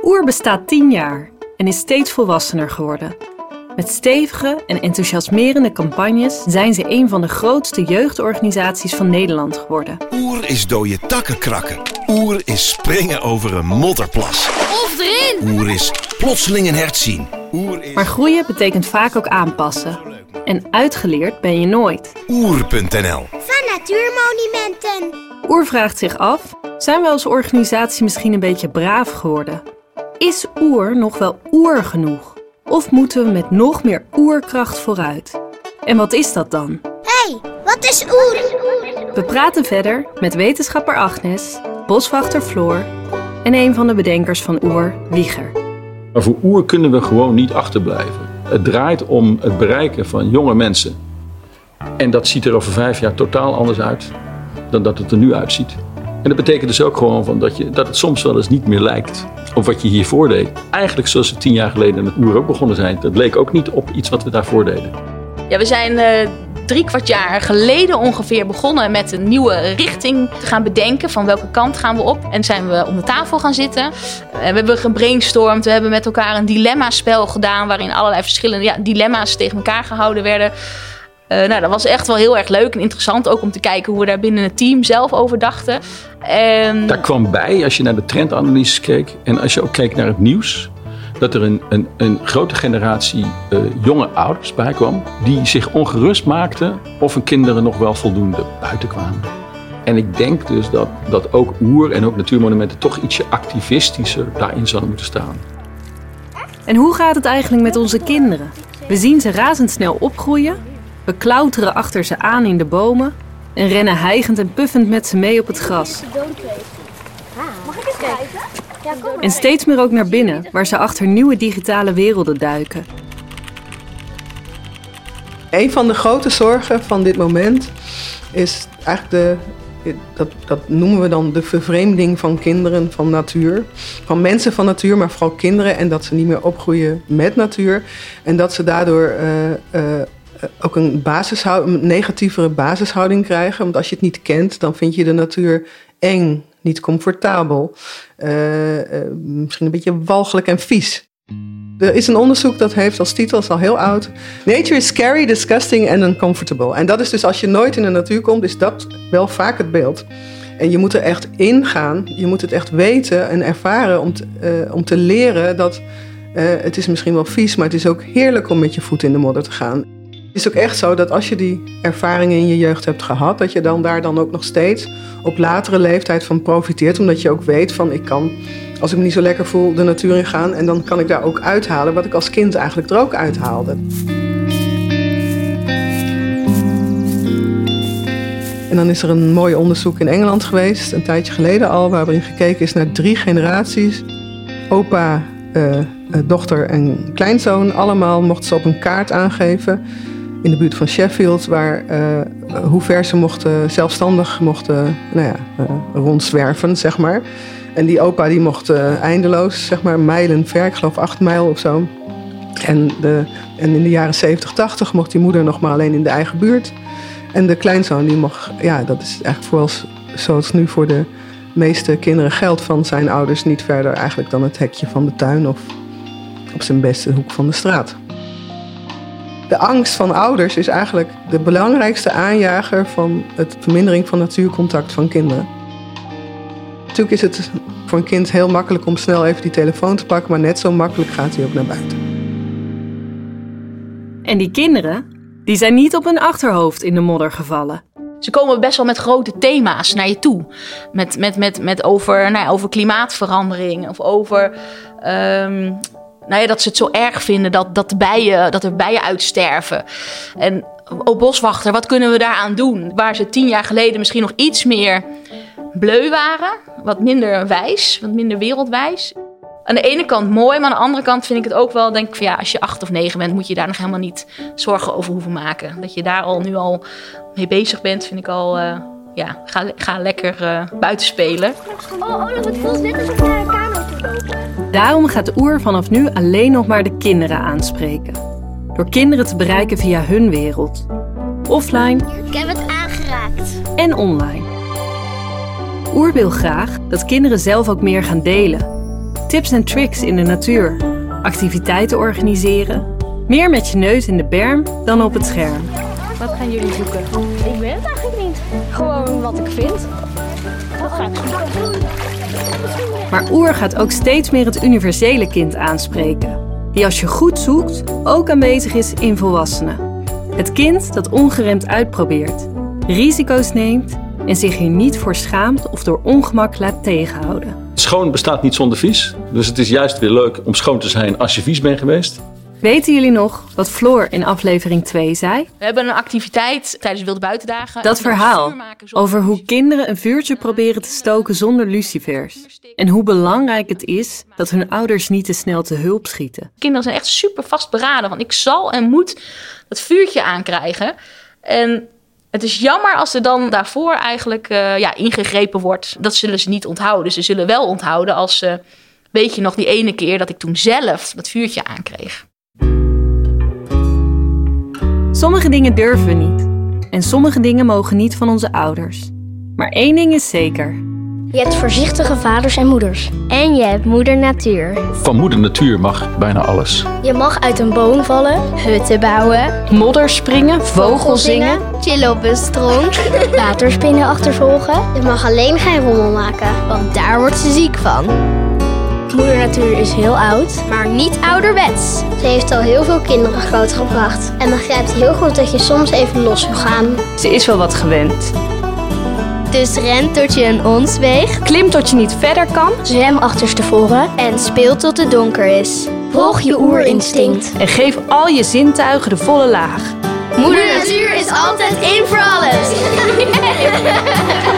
Oer bestaat 10 jaar en is steeds volwassener geworden. Met stevige en enthousiasmerende campagnes zijn ze een van de grootste jeugdorganisaties van Nederland geworden. Oer is dode takken krakken. Oer is springen over een modderplas. Of erin! Oer is plotseling een hert zien. Maar groeien betekent vaak ook aanpassen. En uitgeleerd ben je nooit. Oer.nl Van Natuurmonumenten. Oer vraagt zich af, zijn we als organisatie misschien een beetje braaf geworden? Is Oer nog wel oer genoeg? Of moeten we met nog meer oerkracht vooruit? En wat is dat dan? Hé, wat is oer? We praten verder met wetenschapper Agnes, boswachter Floor en een van de bedenkers van Oer, Wieger. Maar voor Oer kunnen we gewoon niet achterblijven. Het draait om het bereiken van jonge mensen. En dat ziet er over 5 jaar totaal anders uit dan dat het er nu uitziet. En dat betekent dus ook gewoon dat het soms wel eens niet meer lijkt op wat je hiervoor deed. Eigenlijk zoals we 10 jaar geleden met Oer ook begonnen zijn. Dat leek ook niet op iets wat we daarvoor deden. Ja, we zijn 3/4 jaar geleden ongeveer begonnen met een nieuwe richting te gaan bedenken. Van welke kant gaan we op? En zijn we om de tafel gaan zitten. We hebben gebrainstormd. We hebben met elkaar een dilemma-spel gedaan. Waarin allerlei verschillende dilemma's tegen elkaar gehouden werden. Dat was echt wel heel erg leuk en interessant. Ook om te kijken hoe we daar binnen het team zelf over dachten. Daar kwam bij, als je naar de trendanalyses keek. En als je ook keek naar het nieuws. Dat er een grote generatie jonge ouders bij kwam. Die zich ongerust maakten of hun kinderen nog wel voldoende buiten kwamen. En ik denk dus dat ook Oer en ook Natuurmonumenten toch ietsje activistischer daarin zouden moeten staan. En hoe gaat het eigenlijk met onze kinderen? We zien ze razendsnel opgroeien. We klauteren achter ze aan in de bomen. En rennen hijgend en puffend met ze mee op het gras. Mag ik eens kijken? En steeds meer ook naar binnen, waar ze achter nieuwe digitale werelden duiken. Een van de grote zorgen van dit moment is eigenlijk dat noemen we dan de vervreemding van kinderen van natuur. Van mensen van natuur, maar vooral kinderen. En dat ze niet meer opgroeien met natuur. En dat ze daardoor ook een negatievere basishouding krijgen. Want als je het niet kent, dan vind je de natuur eng, niet comfortabel. Misschien een beetje walgelijk en vies. Er is een onderzoek dat heeft als titel, is al heel oud. Nature is scary, disgusting and uncomfortable. En dat is dus als je nooit in de natuur komt, is dat wel vaak het beeld. En je moet er echt ingaan. Je moet het echt weten en ervaren om te leren dat het is misschien wel vies, maar het is ook heerlijk om met je voet in de modder te gaan. Het is ook echt zo dat als je die ervaringen in je jeugd hebt gehad, dat je daar dan ook nog steeds op latere leeftijd van profiteert. Omdat je ook weet van ik kan, als ik me niet zo lekker voel, de natuur in gaan. En dan kan ik daar ook uithalen wat ik als kind eigenlijk er ook uithaalde. En dan is er een mooi onderzoek in Engeland geweest, een tijdje geleden al, waarin gekeken is naar 3 generaties. Opa, dochter en kleinzoon, allemaal mochten ze op een kaart aangeven in de buurt van Sheffield, hoe ver ze zelfstandig mochten rondzwerven, zeg maar. En die opa die mocht eindeloos, zeg maar, mijlen ver, ik geloof 8 mijl of zo. En in de jaren 70, 80 mocht die moeder nog maar alleen in de eigen buurt. En de kleinzoon die mocht, dat is eigenlijk vooral zoals nu voor de meeste kinderen geldt van zijn ouders, niet verder eigenlijk dan het hekje van de tuin of op zijn beste hoek van de straat. De angst van ouders is eigenlijk de belangrijkste aanjager van het vermindering van natuurcontact van kinderen. Natuurlijk is het voor een kind heel makkelijk om snel even die telefoon te pakken, maar net zo makkelijk gaat hij ook naar buiten. En die kinderen, die zijn niet op hun achterhoofd in de modder gevallen. Ze komen best wel met grote thema's naar je toe. Met over klimaatverandering of over dat ze het zo erg vinden dat er bijen uitsterven. En boswachter, wat kunnen we daaraan doen? Waar ze 10 jaar geleden misschien nog iets meer bleu waren, wat minder wijs, wat minder wereldwijs. Aan de ene kant mooi, maar aan de andere kant vind ik het ook wel, denk ik van als je 8 of 9 bent, moet je daar nog helemaal niet zorgen over hoeven maken. Dat je daar nu al mee bezig bent, vind ik al, ga lekker buiten spelen. Het voelt net alsof je naar een kano toe lopen. Daarom gaat Oer vanaf nu alleen nog maar de kinderen aanspreken. Door kinderen te bereiken via hun wereld. Offline. Ik heb het aangeraakt. En online. Oer wil graag dat kinderen zelf ook meer gaan delen. tips en tricks in de natuur, activiteiten organiseren, meer met je neus in de berm dan op het scherm. Wat gaan jullie zoeken? Ik weet het eigenlijk niet. Gewoon wat ik vind. Dat ga ik zoeken. Maar Oer gaat ook steeds meer het universele kind aanspreken, die als je goed zoekt ook aanwezig is in volwassenen. Het kind dat ongeremd uitprobeert, risico's neemt en zich hier niet voor schaamt of door ongemak laat tegenhouden. Schoon bestaat niet zonder vies. Dus het is juist weer leuk om schoon te zijn als je vies bent geweest. Weten jullie nog wat Floor in aflevering 2 zei? We hebben een activiteit tijdens Wilde Buitendagen. Dat verhaal over hoe kinderen een vuurtje proberen te stoken zonder lucifers. En hoe belangrijk het is dat hun ouders niet te snel te hulp schieten. Kinderen zijn echt super vastberaden. Want ik zal en moet dat vuurtje aankrijgen. En het is jammer als er dan daarvoor eigenlijk ingegrepen wordt. Dat zullen ze niet onthouden. Ze zullen wel onthouden als ze... Weet je nog die ene keer dat ik toen zelf dat vuurtje aankreeg? Sommige dingen durven we niet. En sommige dingen mogen niet van onze ouders. Maar één ding is zeker. Je hebt voorzichtige vaders en moeders. En je hebt moeder natuur. Van moeder natuur mag bijna alles. Je mag uit een boom vallen, hutten bouwen, Modder springen, vogels zingen. chillen op een stroom, waterspinnen achtervolgen. Je mag alleen geen rommel maken, want daar wordt ze ziek van. Moeder natuur is heel oud, maar niet ouderwets. Ze heeft al heel veel kinderen grootgebracht. En begrijpt heel goed dat je soms even los wil gaan. Ze is wel wat gewend. Dus ren tot je een ons weegt. Klim tot je niet verder kan. Zwem achterstevoren en speel tot het donker is. Volg je oerinstinct. En geef al je zintuigen de volle laag. Moeder natuur is altijd in voor alles.